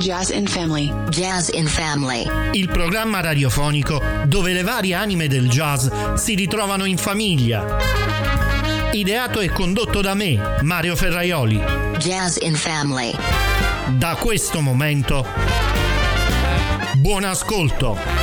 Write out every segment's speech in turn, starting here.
Jazz in Family. Jazz in Family. Il programma radiofonico dove le varie anime del jazz si ritrovano in famiglia. Ideato e condotto da me, Mario Ferraioli. Jazz in Family. Da questo momento, buon ascolto.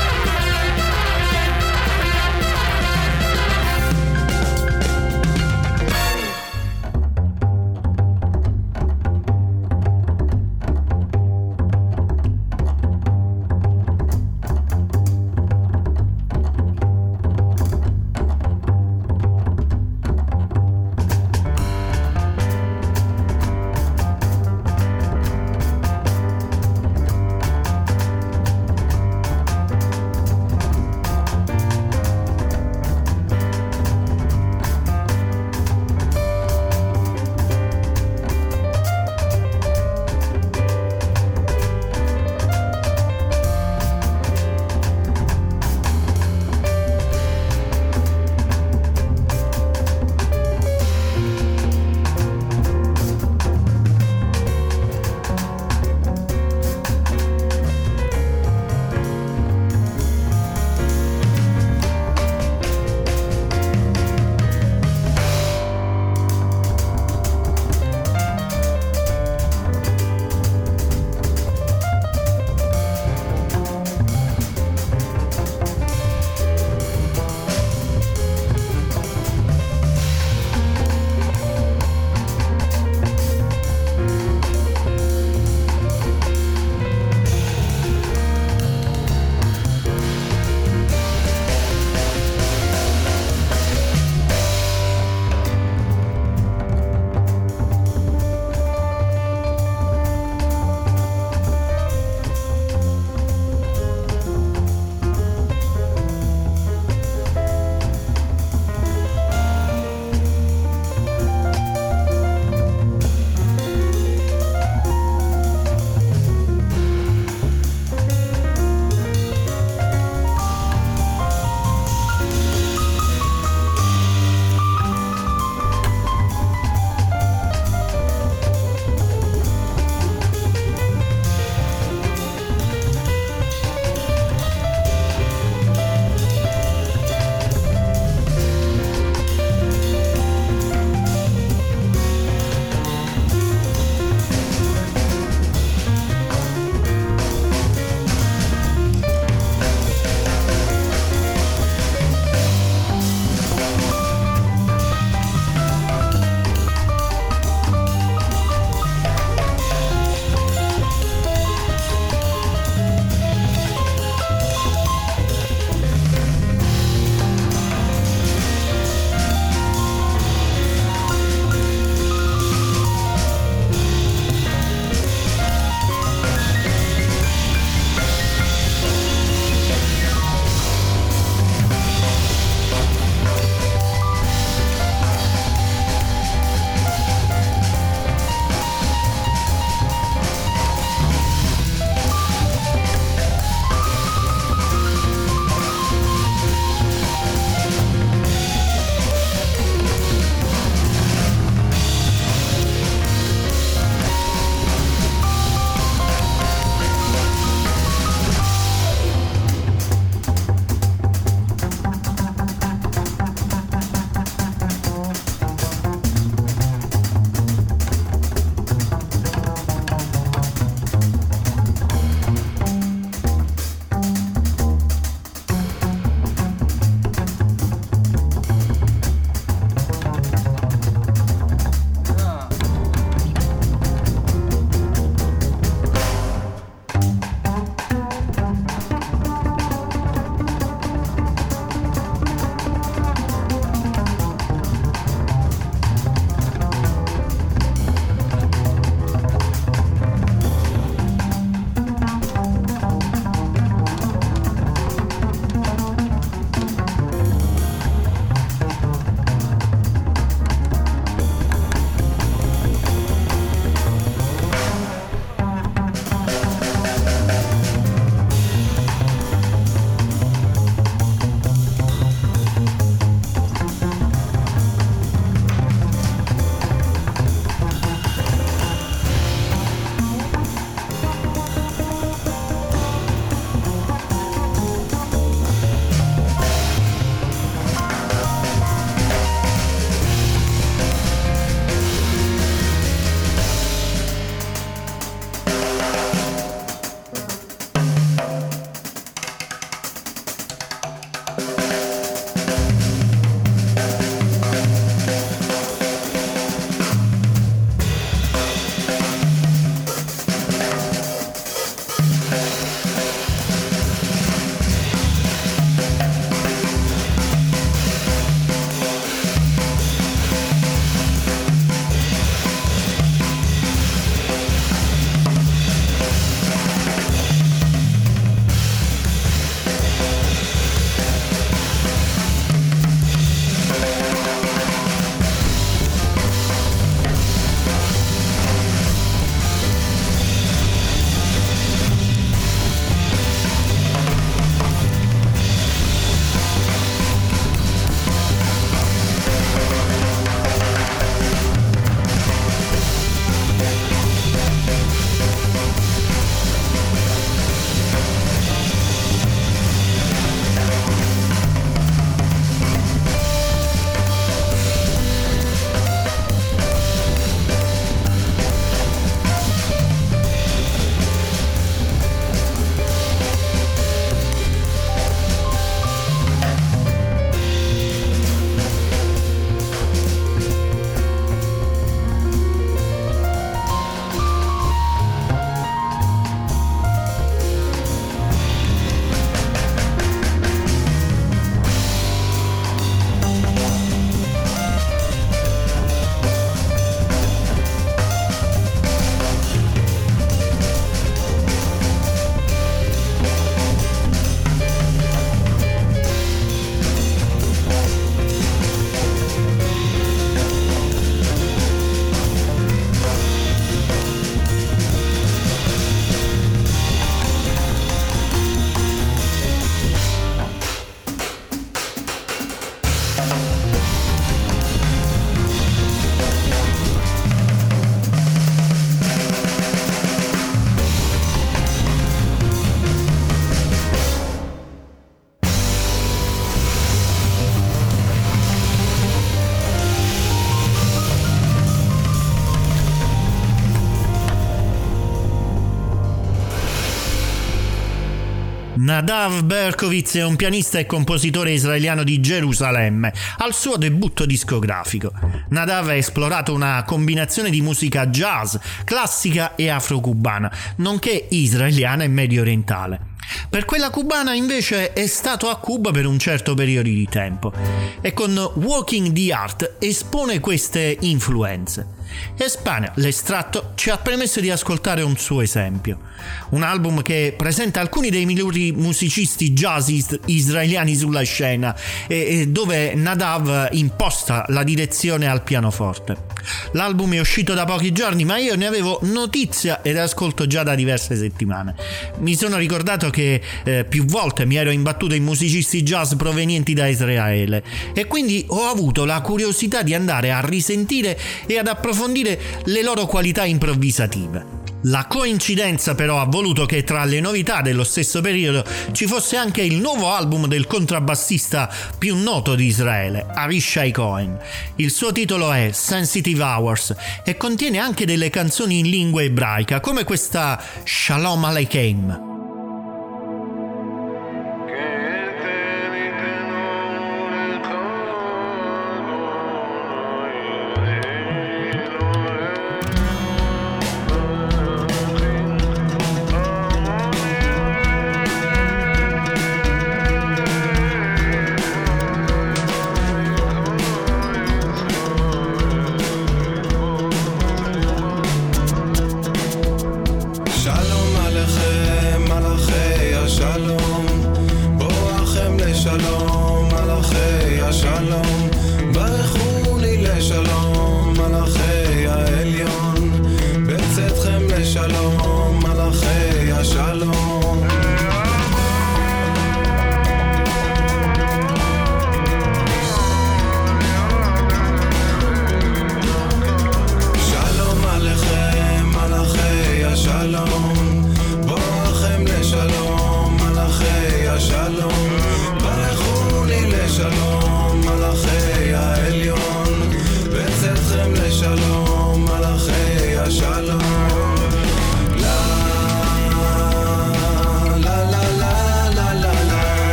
Nadav Berkowitz è un pianista e compositore israeliano di Gerusalemme. Al suo debutto discografico, Nadav ha esplorato una combinazione di musica jazz, classica e afro-cubana, nonché israeliana e medio orientale. Per quella cubana invece è stato a Cuba per un certo periodo di tempo e con Walking the Art espone queste influenze. Espana, l'estratto, ci ha permesso di ascoltare un suo esempio, un album che presenta alcuni dei migliori musicisti jazz israeliani sulla scena e dove Nadav imposta la direzione al pianoforte. L'album è uscito da pochi giorni, ma io ne avevo notizia ed ascolto già da diverse settimane. Mi sono ricordato che più volte mi ero imbattuto in musicisti jazz provenienti da Israele e quindi ho avuto la curiosità di andare a risentire e ad approfondire le loro qualità improvvisative. La coincidenza però ha voluto che tra le novità dello stesso periodo ci fosse anche il nuovo album del contrabbassista più noto di Israele, Avishai Cohen. Il suo titolo è Sensitive Hours e contiene anche delle canzoni in lingua ebraica, come questa Shalom Aleichem.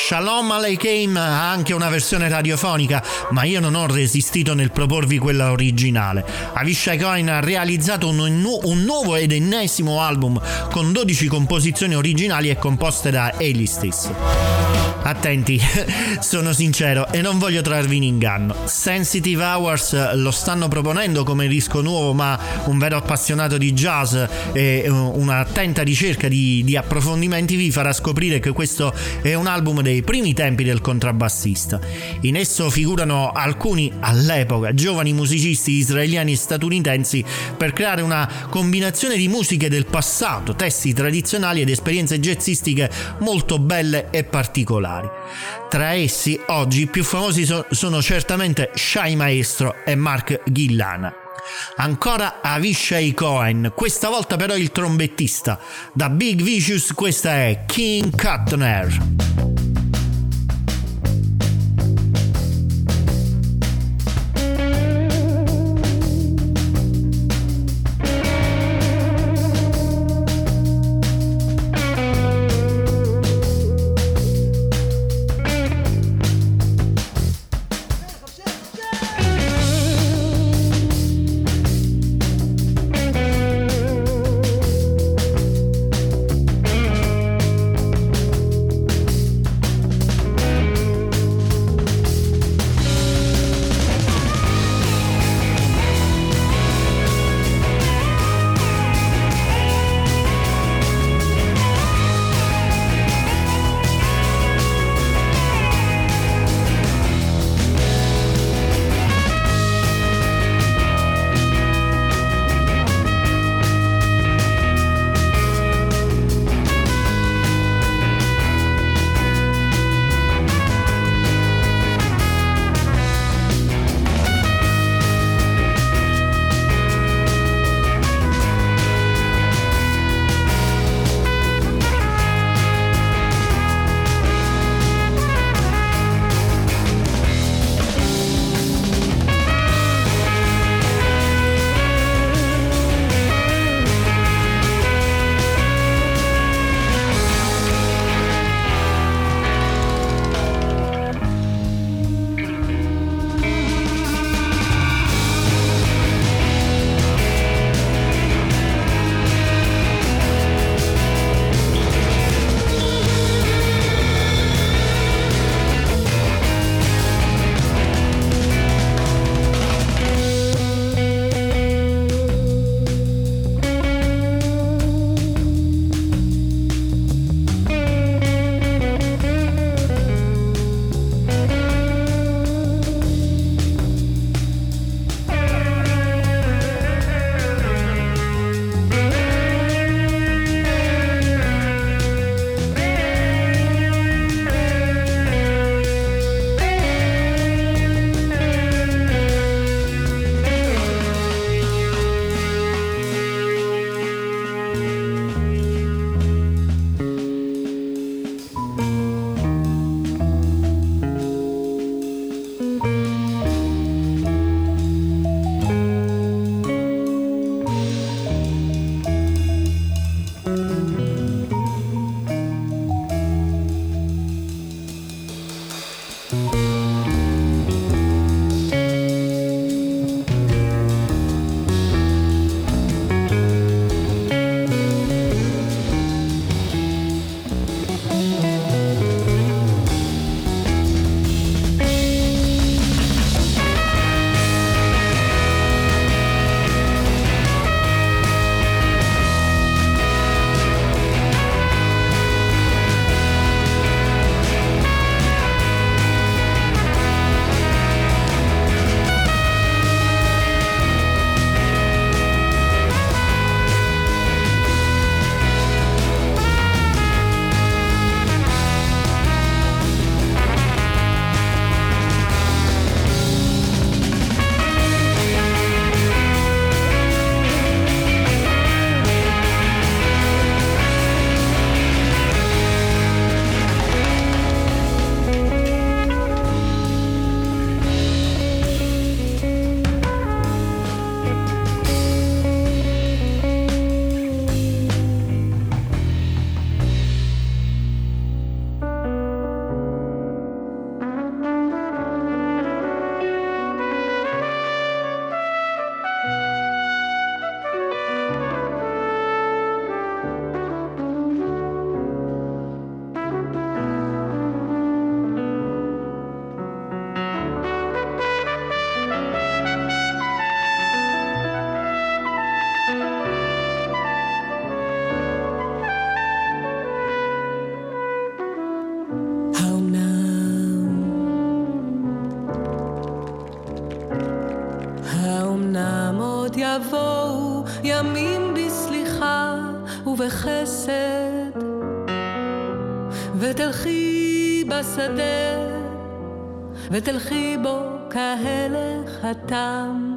Shalom Aleichem ha anche una versione radiofonica, ma io non ho resistito nel proporvi quella originale. Avishai Cohen ha realizzato un nuovo ed ennesimo album con 12 composizioni originali e composte da egli stesso. Attenti, sono sincero e non voglio trarvi in inganno. Sensitive Hours lo stanno proponendo come disco nuovo, ma un vero appassionato di jazz e un'attenta ricerca di approfondimenti vi farà scoprire che questo è un album dei primi tempi del contrabbassista. In esso figurano alcuni, all'epoca, giovani musicisti israeliani e statunitensi per creare una combinazione di musiche del passato, testi tradizionali ed esperienze jazzistiche molto belle e particolari. Tra essi, oggi, i più famosi sono certamente Shai Maestro e Mark Gillan. Ancora Avishai Cohen, questa volta però il trombettista. Da Big Vicious questa è King Cutner. עוד יבואו ימים בסליחה ובחסד, ותלכי בשדה ותלכי בו כהלך התם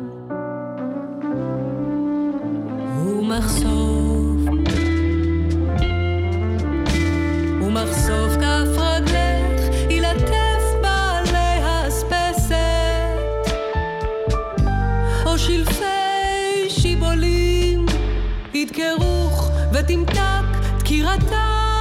ומחשוף כף רגלך ילטף בעלי האספסת, או שלפי שיבולים ידקרוך ותמתק דקירתם,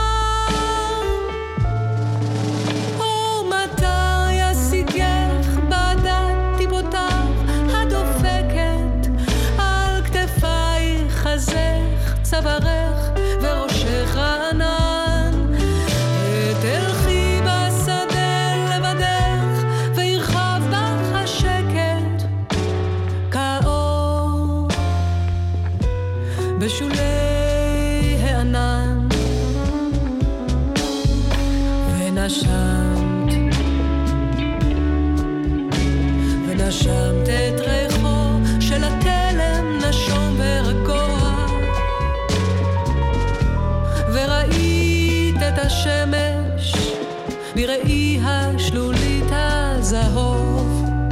או מטר ישיגך בעדת טיפותיו הדופקת על כתפייך, חזך, צווארך וראשך רענן, ותלכי בשדה לבדך וירחב בך השקט כאור בשולי הענן, ונשמת את ריחו של התלם נשום ורגוע, וראית את השמש בראי השלולית הזהוב,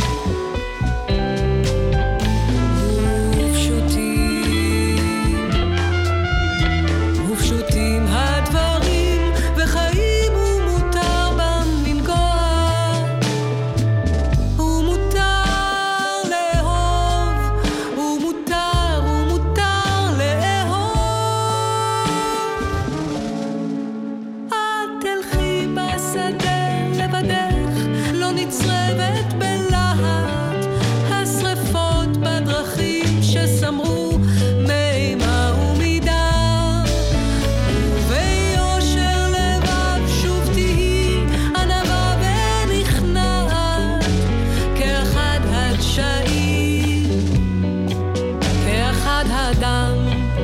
ופשוטים הדברים וחיים ומותר בם לנגוע, ומותר לאהוב, ומותר לאהוב. את תלכי בשדה לבדך, לא נצרבת בלהט השרפות בדרכים שסמרו מימה ומידה, וביושר לבב שוב תהי ענווה ונכנעת, כאחד הדשאים, כאחד הדם.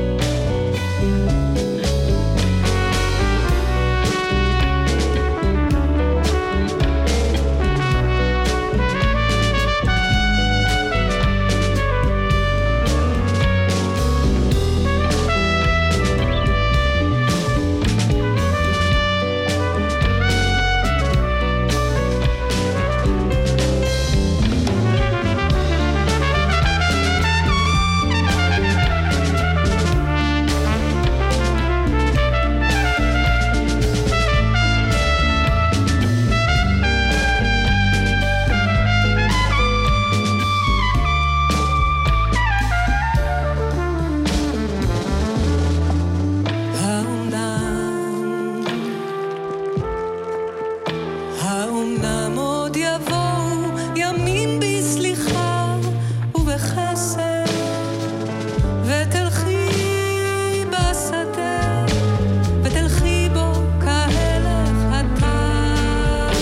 האומנם עוד יבואו ימים בסליחה ובחסד, ותלכי בשדה ותלכי בו כהלך התם.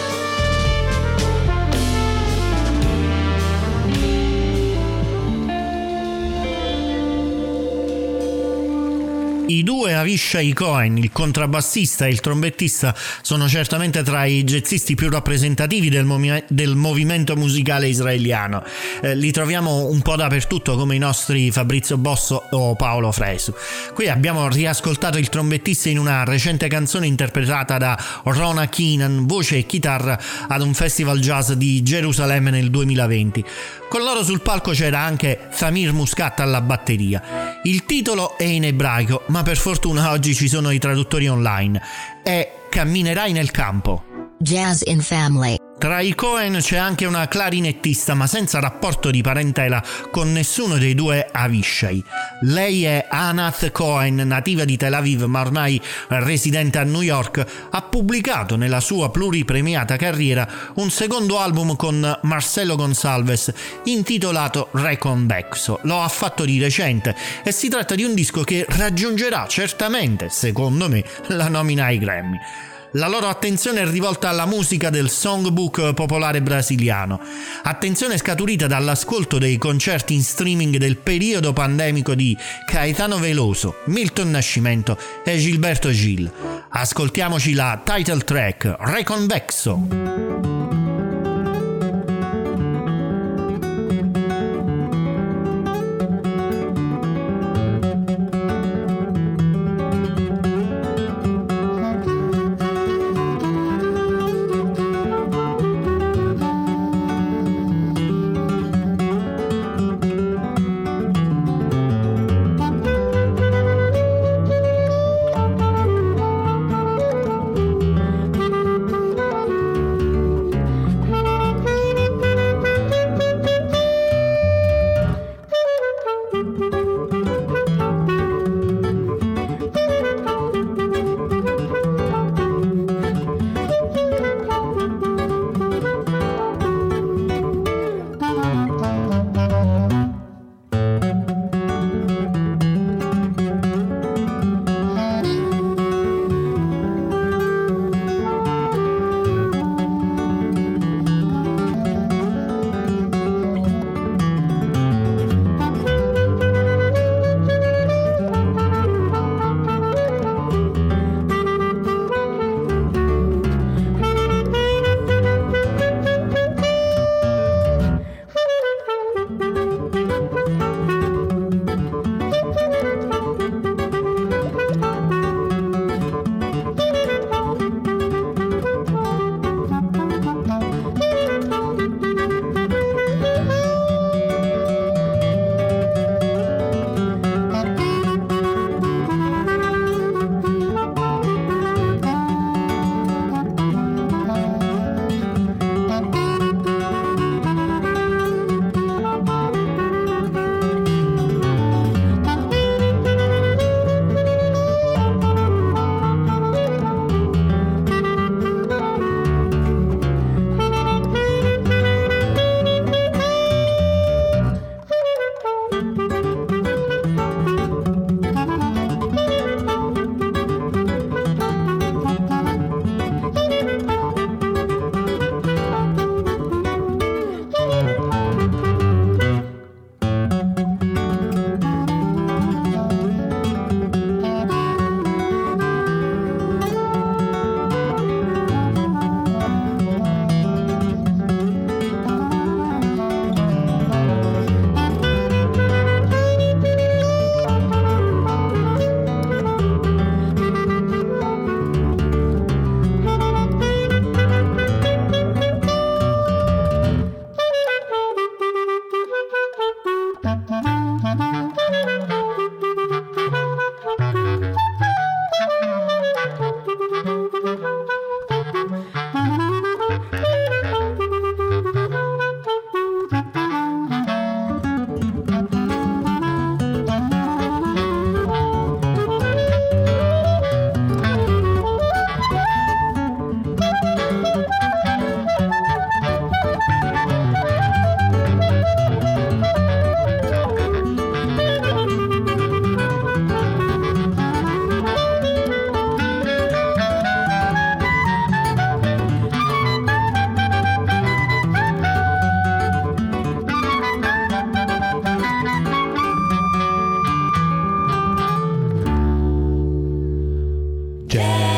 I due Avishai Cohen, il contrabbassista e il trombettista, sono certamente tra i jazzisti più rappresentativi del movimento musicale israeliano. Li troviamo un po' dappertutto, come i nostri Fabrizio Bosso o Paolo Fresu. Qui abbiamo riascoltato il trombettista in una recente canzone interpretata da Rona Keenan, voce e chitarra, ad un festival jazz di Gerusalemme nel 2020. Con loro sul palco c'era anche Tamir Muscat alla batteria. Il titolo è in ebraico, ma per fortuna oggi ci sono i traduttori online. È Camminerai nel campo. Jazz in Family. Tra i Cohen c'è anche una clarinettista, ma senza rapporto di parentela con nessuno dei due Avishai. Lei è Anath Cohen, nativa di Tel Aviv ma ormai residente a New York. Ha pubblicato nella sua pluripremiata carriera un secondo album con Marcelo Gonçalves intitolato Reconvexo. Lo ha fatto di recente e si tratta di un disco che raggiungerà certamente, secondo me, la nomina ai Grammy. La loro attenzione è rivolta alla musica del songbook popolare brasiliano, attenzione scaturita dall'ascolto dei concerti in streaming del periodo pandemico di Caetano Veloso, Milton Nascimento e Gilberto Gil. Ascoltiamoci la title track Reconvexo.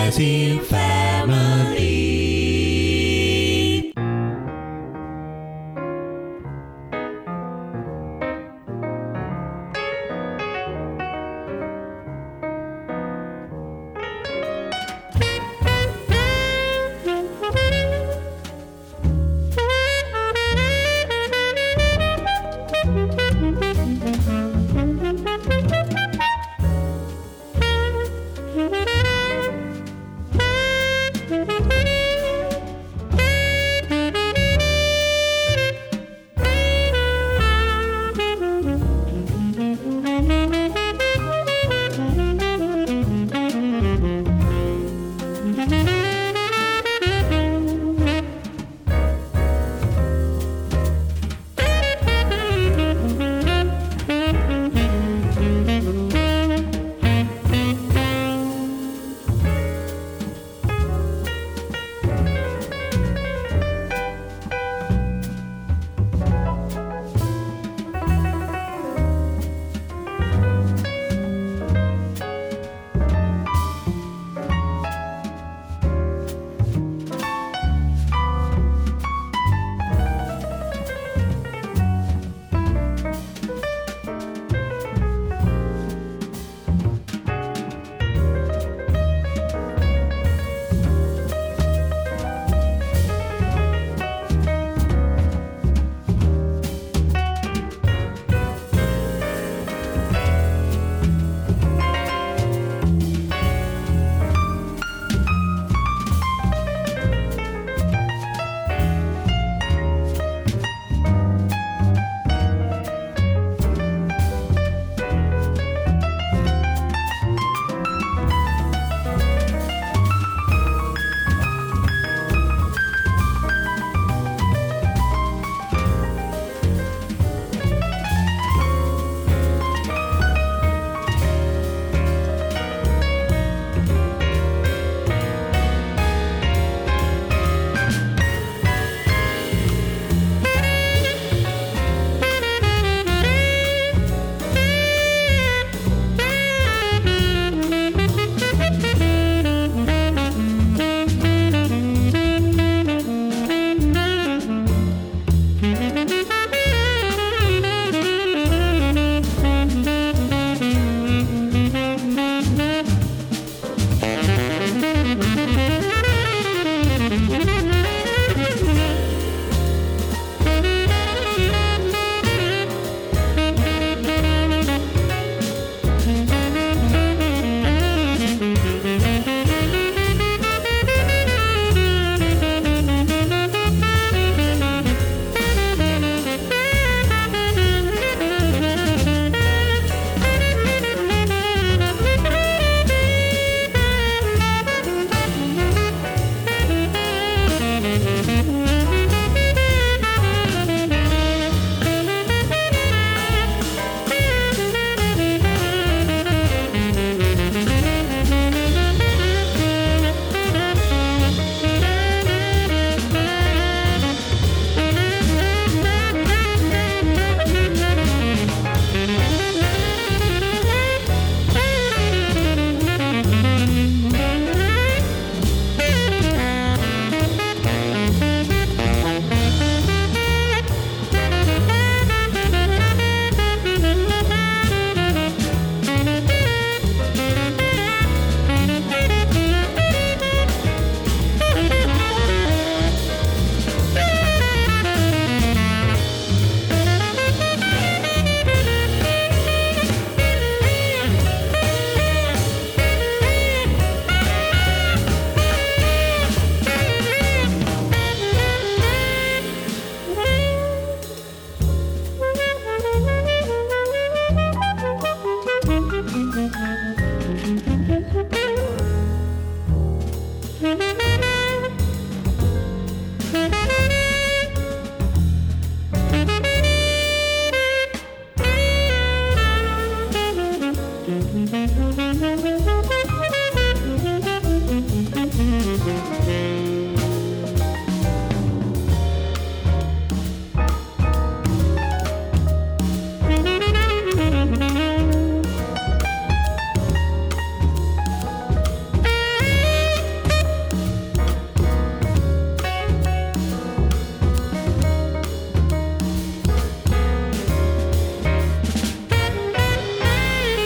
Jazz in Family.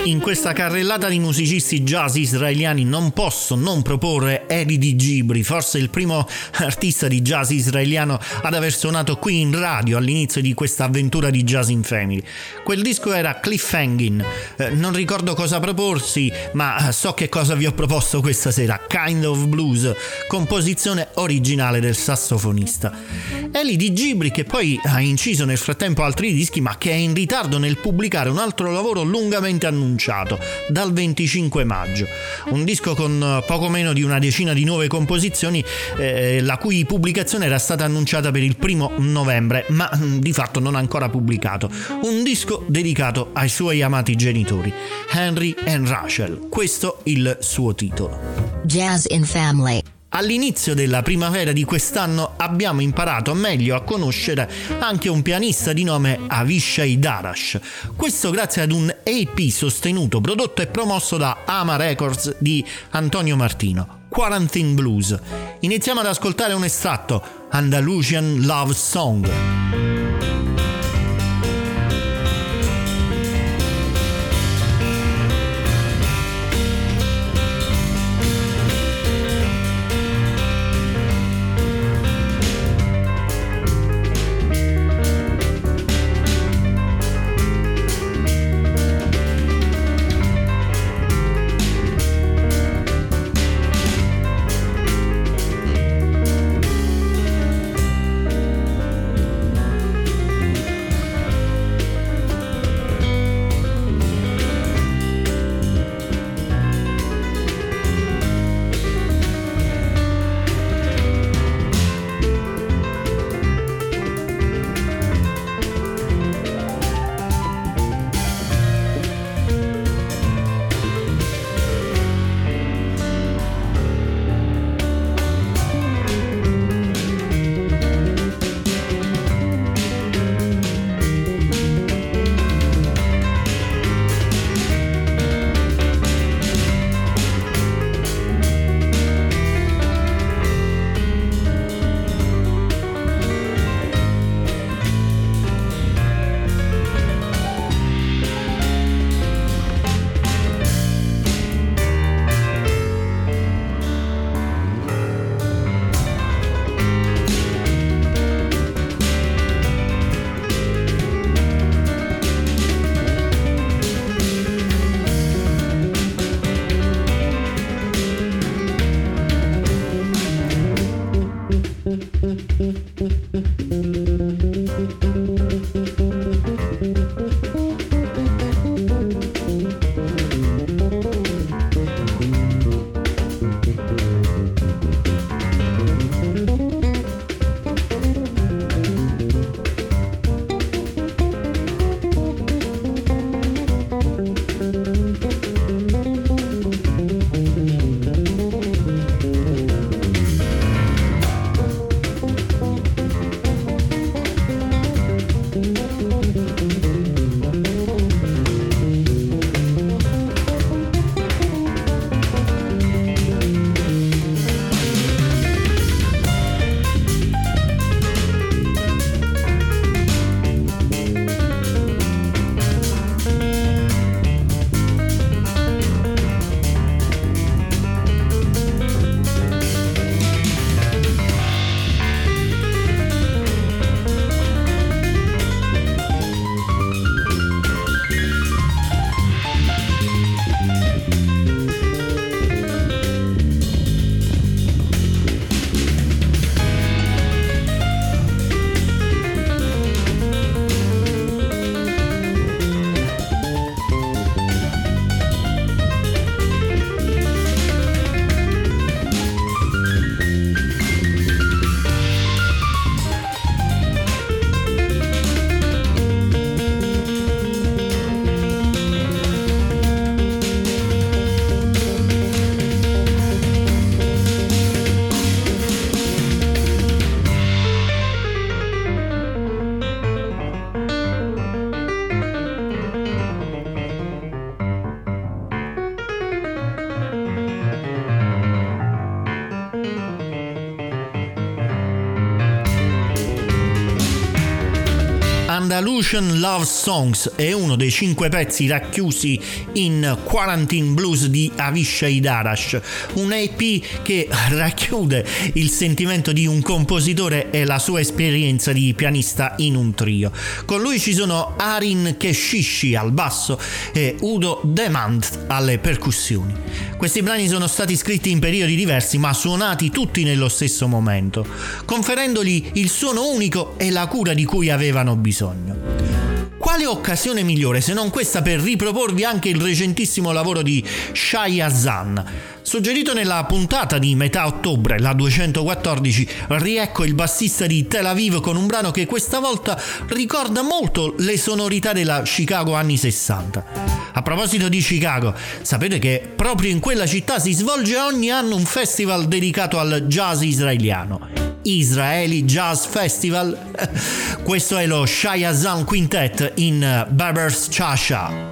In questa carrellata di musicisti jazz israeliani non posso non proporre Eli Digibri, forse il primo artista di jazz israeliano ad aver suonato qui in radio all'inizio di questa avventura di Jazz in Family. Quel disco era Cliffhanging, non ricordo cosa proporsi, ma so che cosa vi ho proposto questa sera: Kind of Blues, composizione originale del sassofonista. Eli Digibri, che poi ha inciso nel frattempo altri dischi, ma che è in ritardo nel pubblicare un altro lavoro lungamente annunciato dal 25 maggio. Un disco con poco meno di una decina di nuove composizioni, la cui pubblicazione era stata annunciata per il 1 novembre, ma di fatto non ancora pubblicato. Un disco dedicato ai suoi amati genitori, Henry and Rachel. Questo il suo titolo. Jazz in Family. All'inizio della primavera di quest'anno abbiamo imparato meglio a conoscere anche un pianista di nome Avishai Darash. Questo grazie ad un EP sostenuto, prodotto e promosso da Ama Records di Antonio Martino, Quarantine Blues. Iniziamo ad ascoltare un estratto, Andalusian Love Song. Andalusian Love Songs è uno dei 5 pezzi racchiusi in Quarantine Blues di Avishai Darash, un EP che racchiude il sentimento di un compositore e la sua esperienza di pianista in un trio. Con lui ci sono Arin Keshishi al basso e Udo Demand alle percussioni. Questi brani sono stati scritti in periodi diversi ma suonati tutti nello stesso momento, conferendogli il suono unico e la cura di cui avevano bisogno. Quale occasione migliore se non questa per riproporvi anche il recentissimo lavoro di Shai Hassan? Suggerito nella puntata di metà ottobre, la 214, riecco il bassista di Tel Aviv con un brano che questa volta ricorda molto le sonorità della Chicago anni 60. A proposito di Chicago, sapete che proprio in quella città si svolge ogni anno un festival dedicato al jazz israeliano. Israeli Jazz Festival. Questo è lo Shai Hassan Quintet in Baber's Cha-Cha.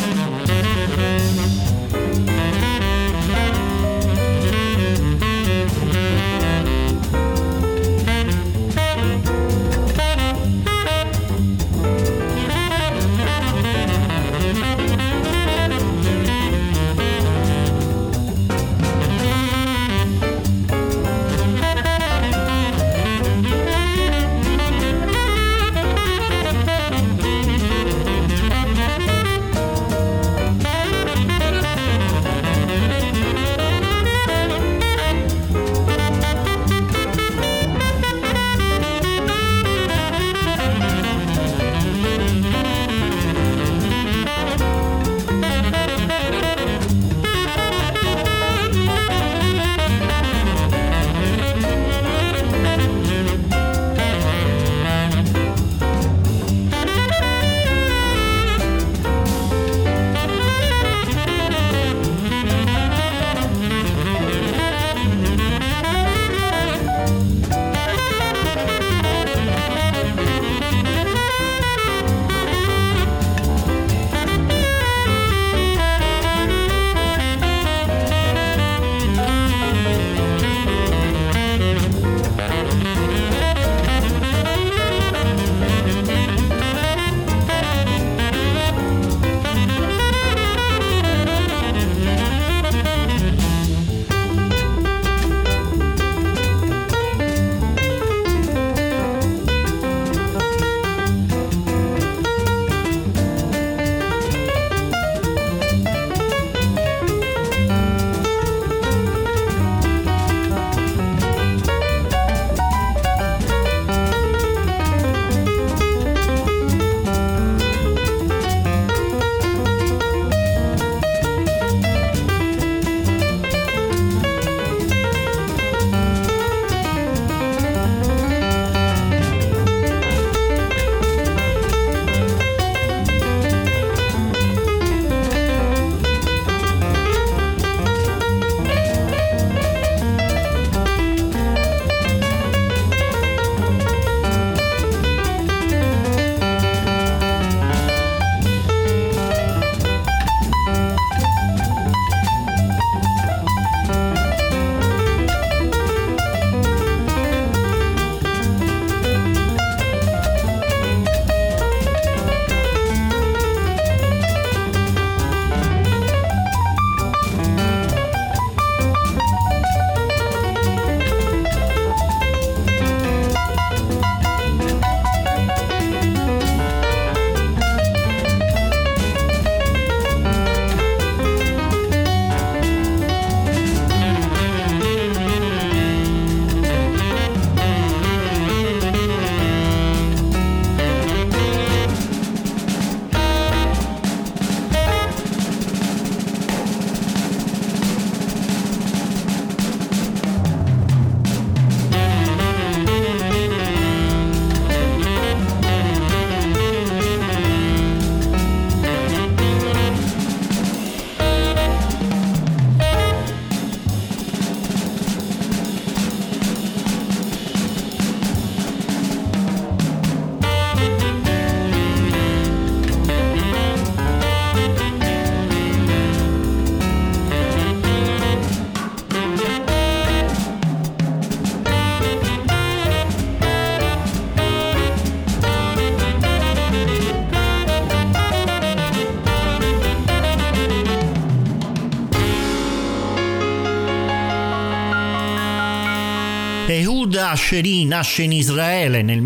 Yehuda Asheri nasce in Israele nel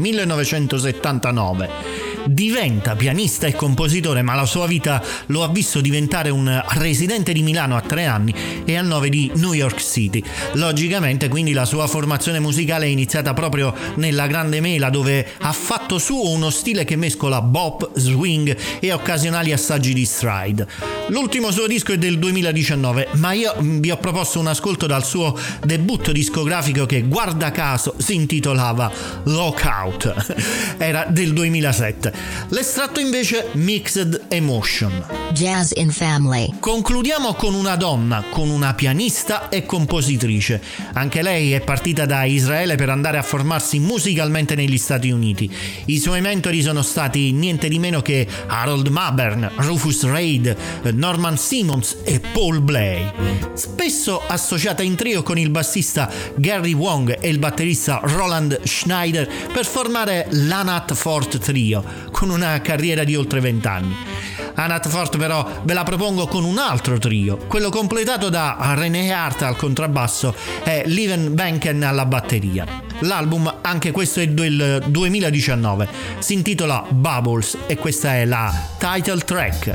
1979. Diventa pianista e compositore, ma la sua vita lo ha visto diventare un residente di Milano a 3 anni e a 9 di New York City. Logicamente, quindi, la sua formazione musicale è iniziata proprio nella Grande Mela, dove ha fatto suo uno stile che mescola bop, swing e occasionali assaggi di stride. L'ultimo suo disco è del 2019, ma io vi ho proposto un ascolto dal suo debutto discografico che, guarda caso, si intitolava Lockout. Era del 2007. L'estratto invece Mixed Emotion. Jazz in Family. Concludiamo con una donna, con una pianista e compositrice. Anche lei è partita da Israele per andare a formarsi musicalmente negli Stati Uniti. I suoi mentori sono stati niente di meno che Harold Mabern, Rufus Reid, Norman Simmons e Paul Bley. Spesso associata in trio con il bassista Gary Wong e il batterista Roland Schneider per formare l'Anat Fort Trio, con una carriera di oltre 20 anni. Anat Fort però ve la propongo con un altro trio, quello completato da René Hart al contrabbasso e Leven Benken alla batteria. L'album, anche questo è del 2019, si intitola Bubbles e questa è la title track.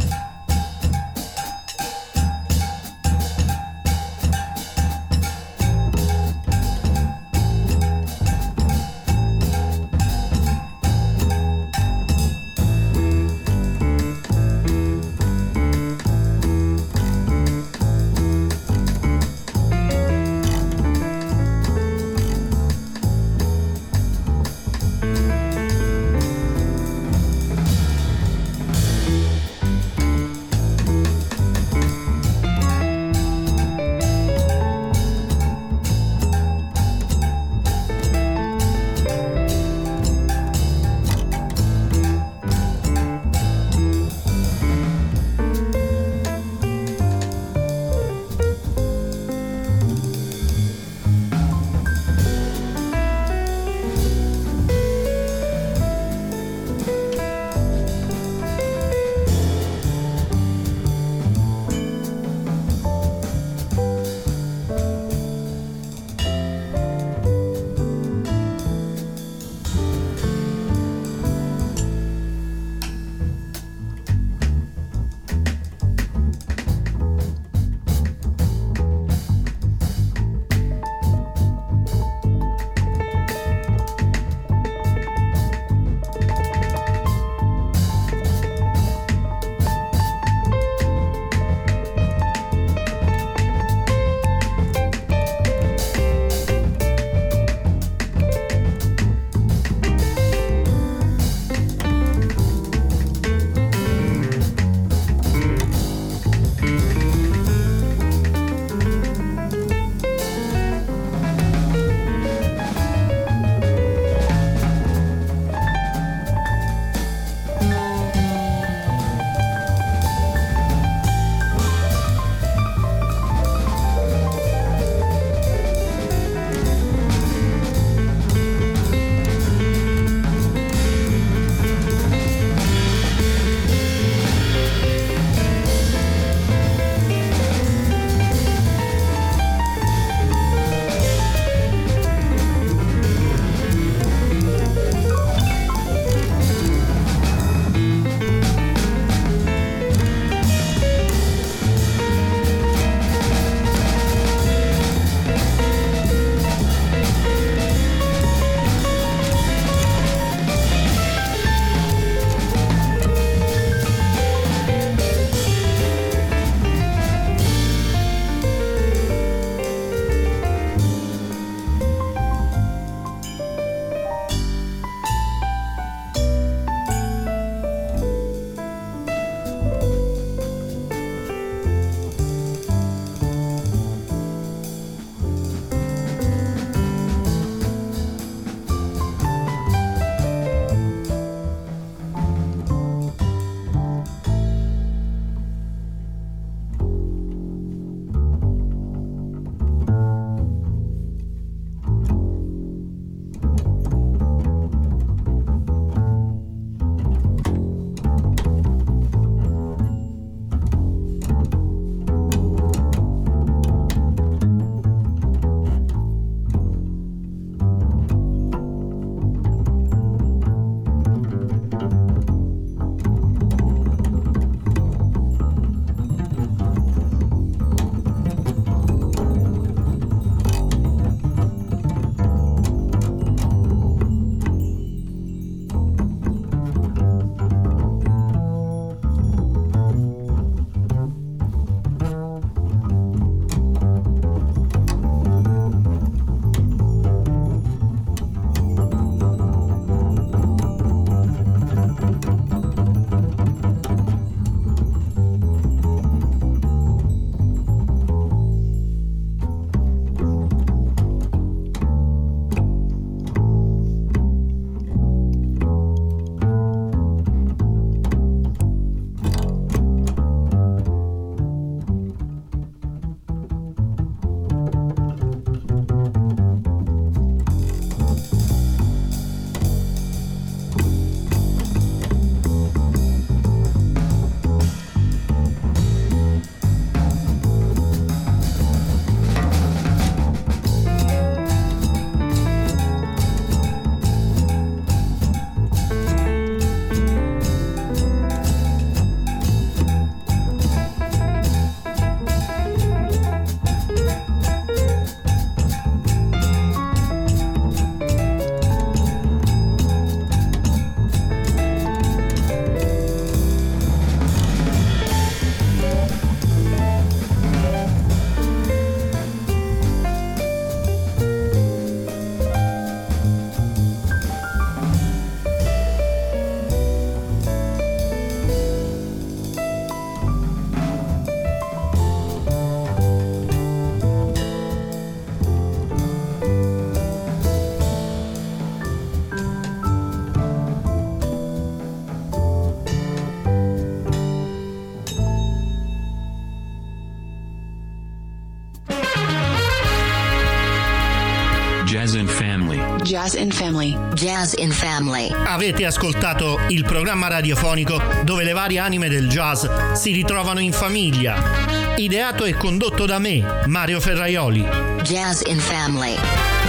Jazz in Family. Jazz in Family. Avete ascoltato il programma radiofonico dove le varie anime del jazz si ritrovano in famiglia. Ideato e condotto da me, Mario Ferraioli. Jazz in Family.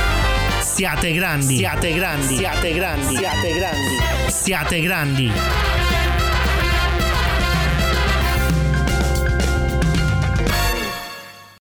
Siate grandi, siate grandi, siate grandi, siate grandi, siate grandi.